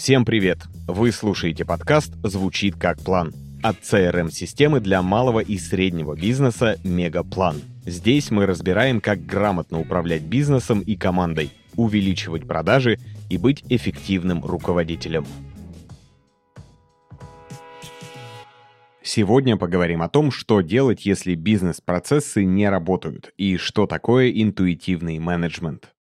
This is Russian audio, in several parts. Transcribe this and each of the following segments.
Всем привет! Вы слушаете подкаст «Звучит как план» от CRM-системы для малого и среднего бизнеса «Мегаплан». Здесь мы разбираем, как грамотно управлять бизнесом и командой, увеличивать продажи и быть эффективным руководителем. Сегодня поговорим о том, что делать, если бизнес-процессы не работают, и что такое интуитивный менеджмент.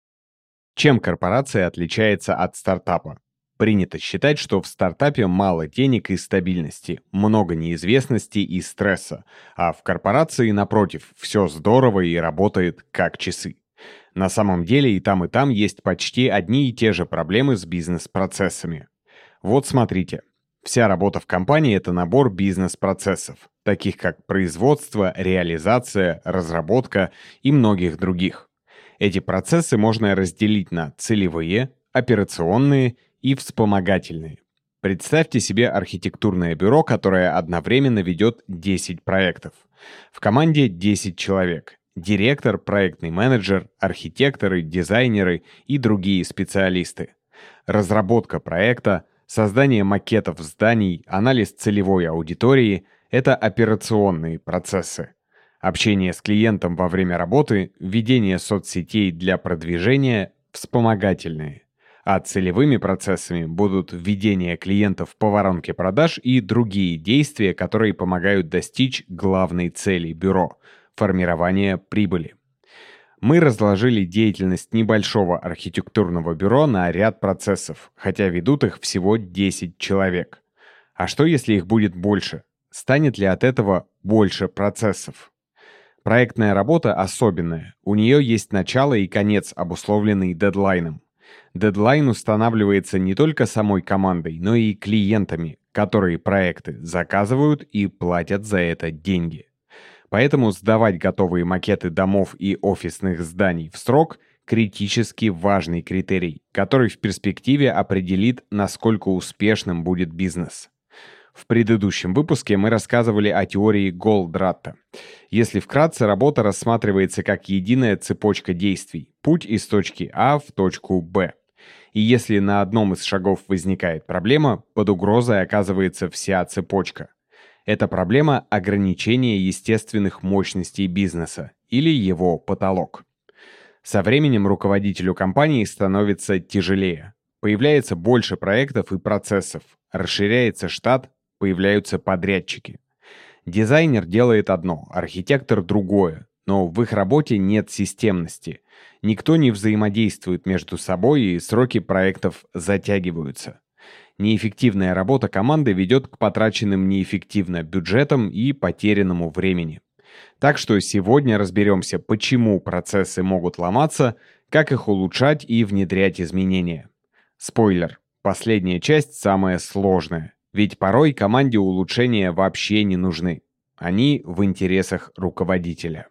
Чем корпорация отличается от стартапа? Принято считать, что в стартапе мало денег и стабильности, много неизвестности и стресса, а в корпорации, напротив, все здорово и работает как часы. На самом деле и там есть почти одни и те же проблемы с бизнес-процессами. Вот смотрите. Вся работа в компании — это набор бизнес-процессов, таких как производство, реализация, разработка и многих других. Эти процессы можно разделить на целевые, операционные и вспомогательные. Представьте себе архитектурное бюро, которое одновременно ведет 10 проектов. В команде 10 человек. Директор, проектный менеджер, архитекторы, дизайнеры и другие специалисты. Разработка проекта, создание макетов зданий, анализ целевой аудитории — это операционные процессы. Общение с клиентом во время работы, ведение соцсетей для продвижения — вспомогательные. А целевыми процессами будут введение клиентов по воронке продаж и другие действия, которые помогают достичь главной цели бюро — формирования прибыли. Мы разложили деятельность небольшого архитектурного бюро на ряд процессов, хотя ведут их всего 10 человек. А что, если их будет больше? Станет ли от этого больше процессов? Проектная работа особенная. У нее есть начало и конец, обусловленный дедлайном. Дедлайн устанавливается не только самой командой, но и клиентами, которые проекты заказывают и платят за это деньги. Поэтому сдавать готовые макеты домов и офисных зданий в срок — критически важный критерий, который в перспективе определит, насколько успешным будет бизнес. В предыдущем выпуске мы рассказывали о теории Голдратта. Если вкратце, работа рассматривается как единая цепочка действий, путь из точки А в точку Б. И если на одном из шагов возникает проблема, под угрозой оказывается вся цепочка. Это проблема ограничения естественных мощностей бизнеса или его потолок. Со временем руководителю компании становится тяжелее. Появляется больше проектов и процессов, расширяется штат, появляются подрядчики. Дизайнер делает одно, архитектор другое, но в их работе нет системности. Никто не взаимодействует между собой, и сроки проектов затягиваются. Неэффективная работа команды ведет к потраченным неэффективно бюджетам и потерянному времени. Так что сегодня разберемся, почему процессы могут ломаться, как их улучшать и внедрять изменения. Спойлер, последняя часть самая сложная, ведь порой команде улучшения вообще не нужны. Они в интересах руководителя.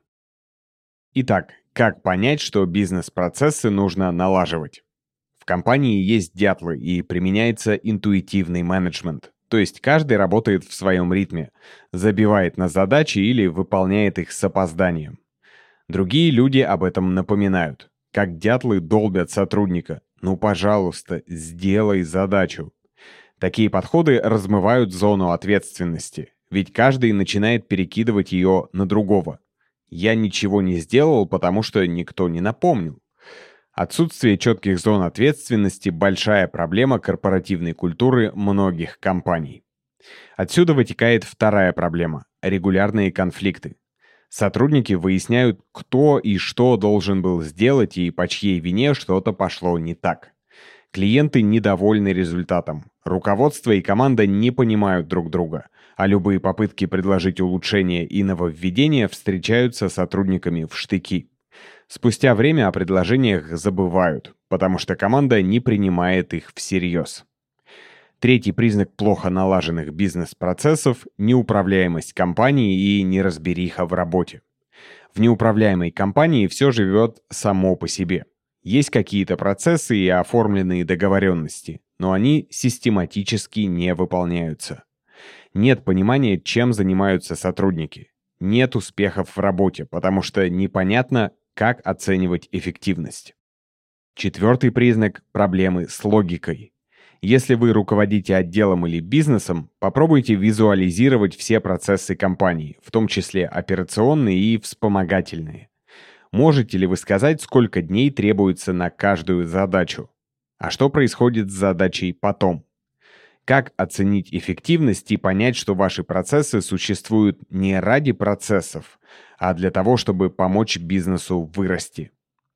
Итак, как понять, что бизнес-процессы нужно налаживать? В компании есть дятлы и применяется интуитивный менеджмент. То есть каждый работает в своем ритме, забивает на задачи или выполняет их с опозданием. Другие люди об этом напоминают. Как дятлы долбят сотрудника. Ну, пожалуйста, сделай задачу. Такие подходы размывают зону ответственности, ведь каждый начинает перекидывать ее на другого. Я ничего не сделал, потому что никто не напомнил. Отсутствие четких зон ответственности – большая проблема корпоративной культуры многих компаний. Отсюда вытекает вторая проблема – регулярные конфликты. Сотрудники выясняют, кто и что должен был сделать и по чьей вине что-то пошло не так. Клиенты недовольны результатом. Руководство и команда не понимают друг друга, а любые попытки предложить улучшения и нововведения встречаются сотрудниками в штыки. Спустя время о предложениях забывают, потому что команда не принимает их всерьез. Третий признак плохо налаженных бизнес-процессов – неуправляемость компании и неразбериха в работе. В неуправляемой компании все живет само по себе. Есть какие-то процессы и оформленные договоренности, но они систематически не выполняются. Нет понимания, чем занимаются сотрудники. Нет успехов в работе, потому что непонятно, как оценивать эффективность. Четвертый признак – проблемы с логикой. Если вы руководите отделом или бизнесом, попробуйте визуализировать все процессы компании, в том числе операционные и вспомогательные. Можете ли вы сказать, сколько дней требуется на каждую задачу? А что происходит с задачей потом? Как оценить эффективность и понять, что ваши процессы существуют не ради процессов, а для того, чтобы помочь бизнесу вырасти?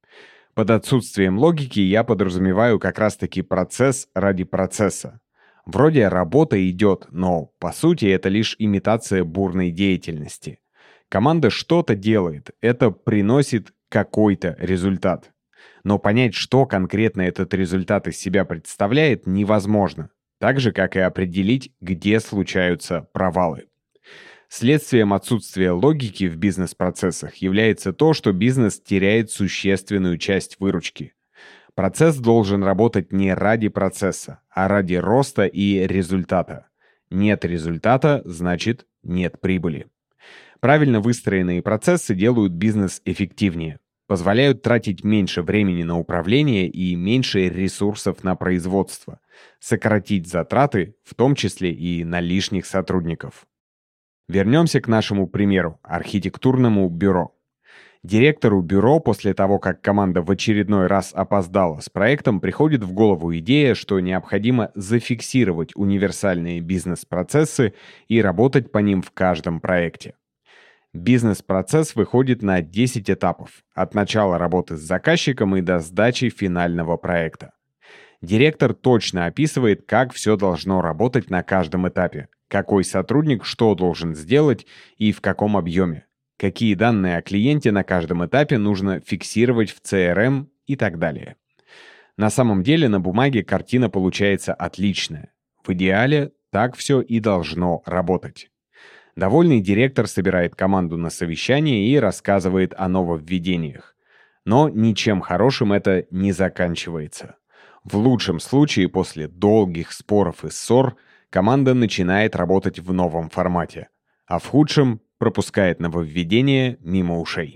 Под отсутствием логики я подразумеваю как раз-таки процесс ради процесса. Вроде работа идет, но по сути это лишь имитация бурной деятельности. Команда что-то делает, это приносит какой-то результат. Но понять, что конкретно этот результат из себя представляет, невозможно. Так же, как и определить, где случаются провалы. Следствием отсутствия логики в бизнес-процессах является то, что бизнес теряет существенную часть выручки. Процесс должен работать не ради процесса, а ради роста и результата. Нет результата, значит нет прибыли. Правильно выстроенные процессы делают бизнес эффективнее, позволяют тратить меньше времени на управление и меньше ресурсов на производство, сократить затраты, в том числе и на лишних сотрудников. Вернемся к нашему примеру – архитектурному бюро. Директору бюро после того, как команда в очередной раз опоздала с проектом, приходит в голову идея, что необходимо зафиксировать универсальные бизнес-процессы и работать по ним в каждом проекте. Бизнес-процесс выходит на 10 этапов, от начала работы с заказчиком и до сдачи финального проекта. Директор точно описывает, как все должно работать на каждом этапе, какой сотрудник что должен сделать и в каком объеме, какие данные о клиенте на каждом этапе нужно фиксировать в CRM и так далее. На самом деле на бумаге картина получается отличная. В идеале так все и должно работать. Довольный директор собирает команду на совещание и рассказывает о нововведениях. Но ничем хорошим это не заканчивается. В лучшем случае, после долгих споров и ссор, команда начинает работать в новом формате, а в худшем пропускает нововведение мимо ушей.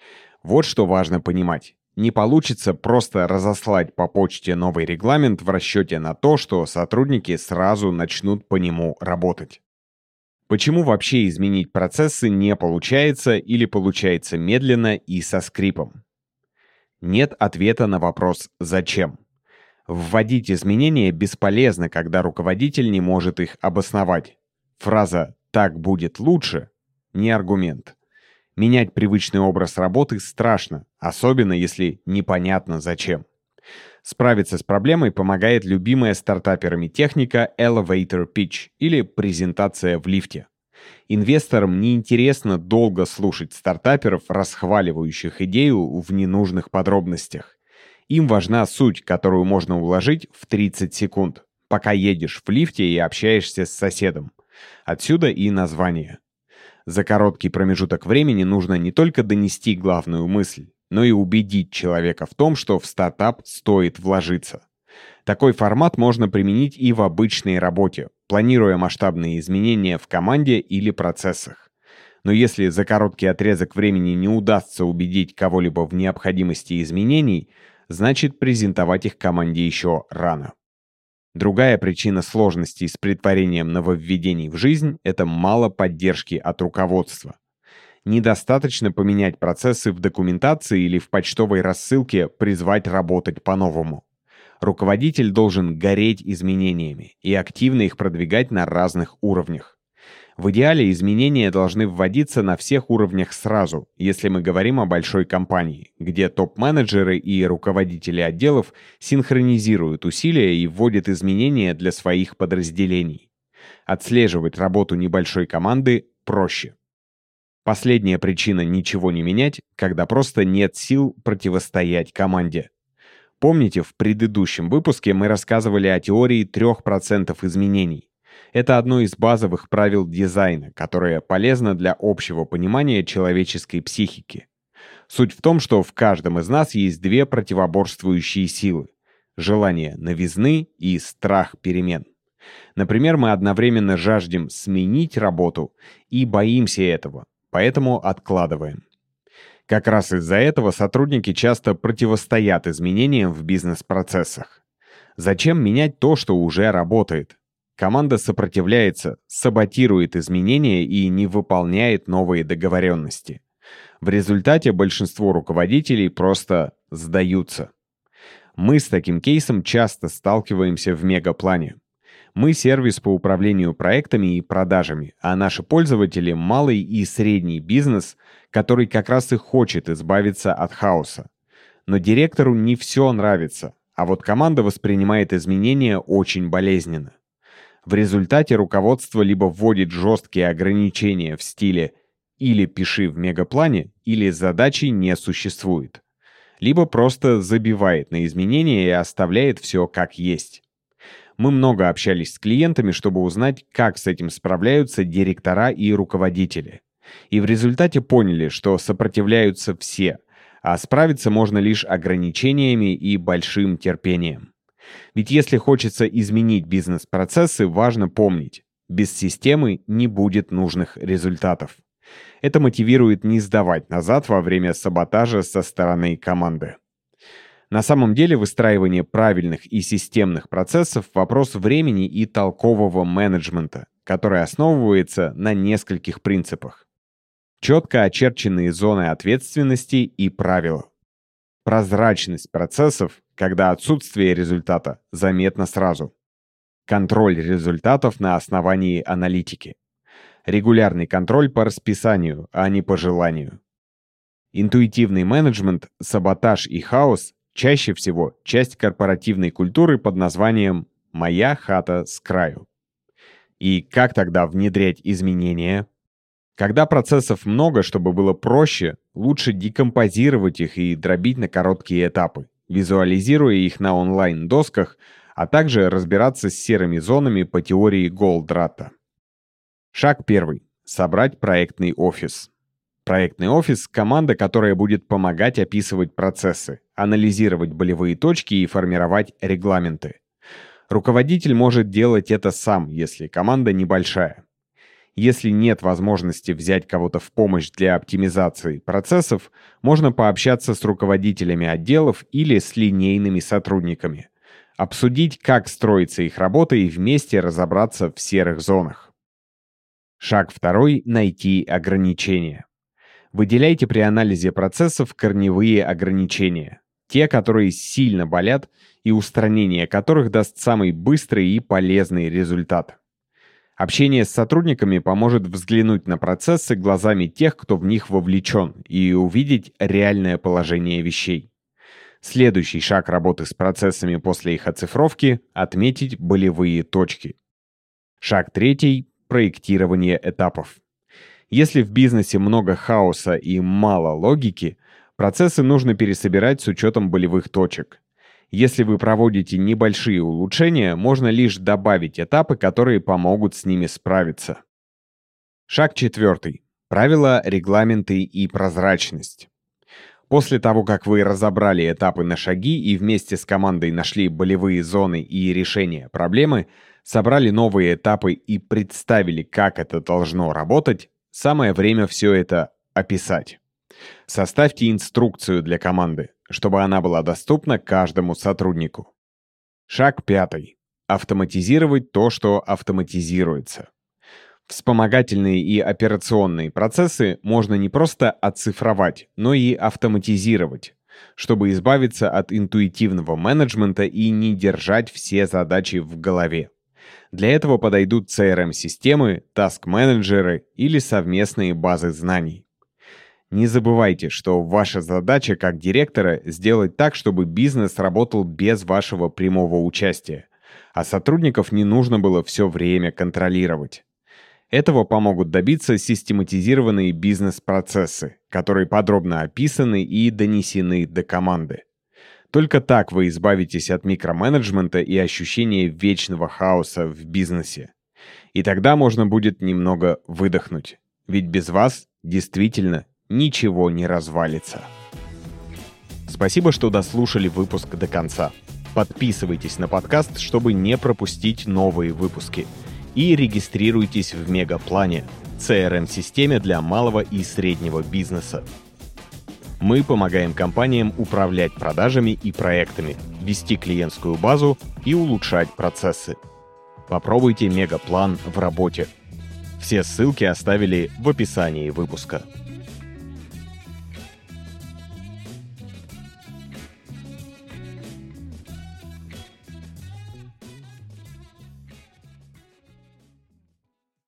Вот что важно понимать. Не получится просто разослать по почте новый регламент в расчете на то, что сотрудники сразу начнут по нему работать. Почему вообще изменить процессы не получается или получается медленно и со скрипом? Нет ответа на вопрос «зачем?». Вводить изменения бесполезно, когда руководитель не может их обосновать. Фраза «так будет лучше» — не аргумент. Менять привычный образ работы страшно, особенно если непонятно зачем. Справиться с проблемой помогает любимая стартаперами техника Elevator Pitch или презентация в лифте. Инвесторам неинтересно долго слушать стартаперов, расхваливающих идею в ненужных подробностях. Им важна суть, которую можно уложить в 30 секунд, пока едешь в лифте и общаешься с соседом. Отсюда и название. За короткий промежуток времени нужно не только донести главную мысль, но и убедить человека в том, что в стартап стоит вложиться. Такой формат можно применить и в обычной работе, планируя масштабные изменения в команде или процессах. Но если за короткий отрезок времени не удастся убедить кого-либо в необходимости изменений, значит презентовать их команде еще рано. Другая причина сложностей с претворением нововведений в жизнь – это мало поддержки от руководства. Недостаточно поменять процессы в документации или в почтовой рассылке призвать работать по-новому. Руководитель должен гореть изменениями и активно их продвигать на разных уровнях. В идеале изменения должны вводиться на всех уровнях сразу, если мы говорим о большой компании, где топ-менеджеры и руководители отделов синхронизируют усилия и вводят изменения для своих подразделений. Отслеживать работу небольшой команды проще. Последняя причина ничего не менять, когда просто нет сил противостоять команде. Помните, в предыдущем выпуске мы рассказывали о теории 3% изменений. Это одно из базовых правил дизайна, которое полезно для общего понимания человеческой психики. Суть в том, что в каждом из нас есть две противоборствующие силы – желание новизны и страх перемен. Например, мы одновременно жаждем сменить работу и боимся этого, поэтому откладываем. Как раз из-за этого сотрудники часто противостоят изменениям в бизнес-процессах. Зачем менять то, что уже работает? Команда сопротивляется, саботирует изменения и не выполняет новые договоренности. В результате большинство руководителей просто сдаются. Мы с таким кейсом часто сталкиваемся в мегаплане. Мы сервис по управлению проектами и продажами, а наши пользователи — малый и средний бизнес, который как раз и хочет избавиться от хаоса. Но директору не все нравится, а вот команда воспринимает изменения очень болезненно. В результате руководство либо вводит жесткие ограничения в стиле «или пиши в мегаплане», или задачи не существует. Либо просто забивает на изменения и оставляет все как есть. Мы много общались с клиентами, чтобы узнать, как с этим справляются директора и руководители. И в результате поняли, что сопротивляются все, а справиться можно лишь ограничениями и большим терпением. Ведь если хочется изменить бизнес-процессы, важно помнить, без системы не будет нужных результатов. Это мотивирует не сдавать назад во время саботажа со стороны команды. На самом деле выстраивание правильных и системных процессов — вопрос времени и толкового менеджмента, который основывается на нескольких принципах. Четко очерченные зоны ответственности и правила. Прозрачность процессов, когда отсутствие результата заметно сразу. Контроль результатов на основании аналитики. Регулярный контроль по расписанию, а не по желанию. Интуитивный менеджмент, саботаж и хаос — чаще всего часть корпоративной культуры под названием «моя хата с краю». И как тогда внедрять изменения? Когда процессов много, чтобы было проще, лучше декомпозировать их и дробить на короткие этапы, визуализируя их на онлайн-досках, а также разбираться с серыми зонами по теории Голдрата. Шаг 1. Собрать проектный офис. Проектный офис — команда, которая будет помогать описывать процессы, анализировать болевые точки и формировать регламенты. Руководитель может делать это сам, если команда небольшая. Если нет возможности взять кого-то в помощь для оптимизации процессов, можно пообщаться с руководителями отделов или с линейными сотрудниками. Обсудить, как строится их работа, и вместе разобраться в серых зонах. Шаг 2. Найти ограничения. Выделяйте при анализе процессов корневые ограничения. Те, которые сильно болят и устранение которых даст самый быстрый и полезный результат. Общение с сотрудниками поможет взглянуть на процессы глазами тех, кто в них вовлечен, и увидеть реальное положение вещей. Следующий шаг работы с процессами после их оцифровки — отметить болевые точки. Шаг 3. Проектирование этапов. Если в бизнесе много хаоса и мало логики, процессы нужно пересобирать с учетом болевых точек. Если вы проводите небольшие улучшения, можно лишь добавить этапы, которые помогут с ними справиться. Шаг 4. Правила, регламенты и прозрачность. После того, как вы разобрали этапы на шаги и вместе с командой нашли болевые зоны и решения проблемы, собрали новые этапы и представили, как это должно работать, самое время все это описать. Составьте инструкцию для команды, чтобы она была доступна каждому сотруднику. Шаг 5. Автоматизировать то, что автоматизируется. Вспомогательные и операционные процессы можно не просто оцифровать, но и автоматизировать, чтобы избавиться от интуитивного менеджмента и не держать все задачи в голове. Для этого подойдут CRM-системы, таск-менеджеры или совместные базы знаний. Не забывайте, что ваша задача как директора — сделать так, чтобы бизнес работал без вашего прямого участия, а сотрудников не нужно было все время контролировать. Этого помогут добиться систематизированные бизнес-процессы, которые подробно описаны и донесены до команды. Только так вы избавитесь от микроменеджмента и ощущения вечного хаоса в бизнесе. И тогда можно будет немного выдохнуть, ведь без вас действительно ничего не развалится. Спасибо, что дослушали выпуск до конца. Подписывайтесь на подкаст, чтобы не пропустить новые выпуски. И регистрируйтесь в Мегаплане, CRM-системе для малого и среднего бизнеса. Мы помогаем компаниям управлять продажами и проектами, вести клиентскую базу и улучшать процессы. Попробуйте мегаплан в работе. Все ссылки оставили в описании выпуска.